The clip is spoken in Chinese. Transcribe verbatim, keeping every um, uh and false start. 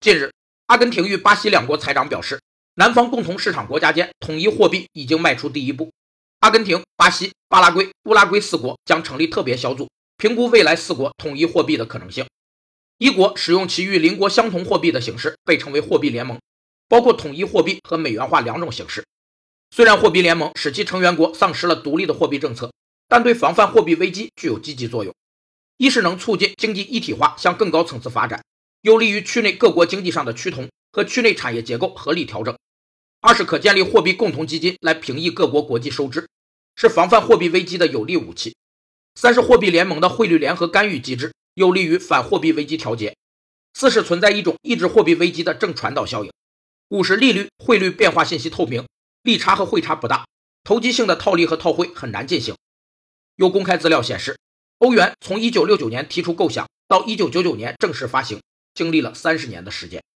近日，阿根廷与巴西两国财长表示，南方共同市场国家间统一货币已经迈出第一步。阿根廷、巴西、巴拉圭、乌拉圭四国将成立特别小组，评估未来四国统一货币的可能性。一国使用其与邻国相同货币的形式被称为货币联盟，包括统一货币和美元化两种形式。虽然货币联盟使其成员国丧失了独立的货币政策，但对防范货币危机具有积极作用。一是能促进经济一体化向更高层次发展，有利于区内各国经济上的趋同和区内产业结构合理调整；二是可建立货币共同基金来平抑各国国际收支，是防范货币危机的有力武器；三是货币联盟的汇率联合干预机制有利于反货币危机调节；四是存在一种抑制货币危机的正传导效应；五是利率、汇率变化信息透明，利差和汇差不大，投机性的套利和套汇很难进行。有公开资料显示，欧元从一九六九年提出构想到一九九九年正式发行，经历了三十年的时间。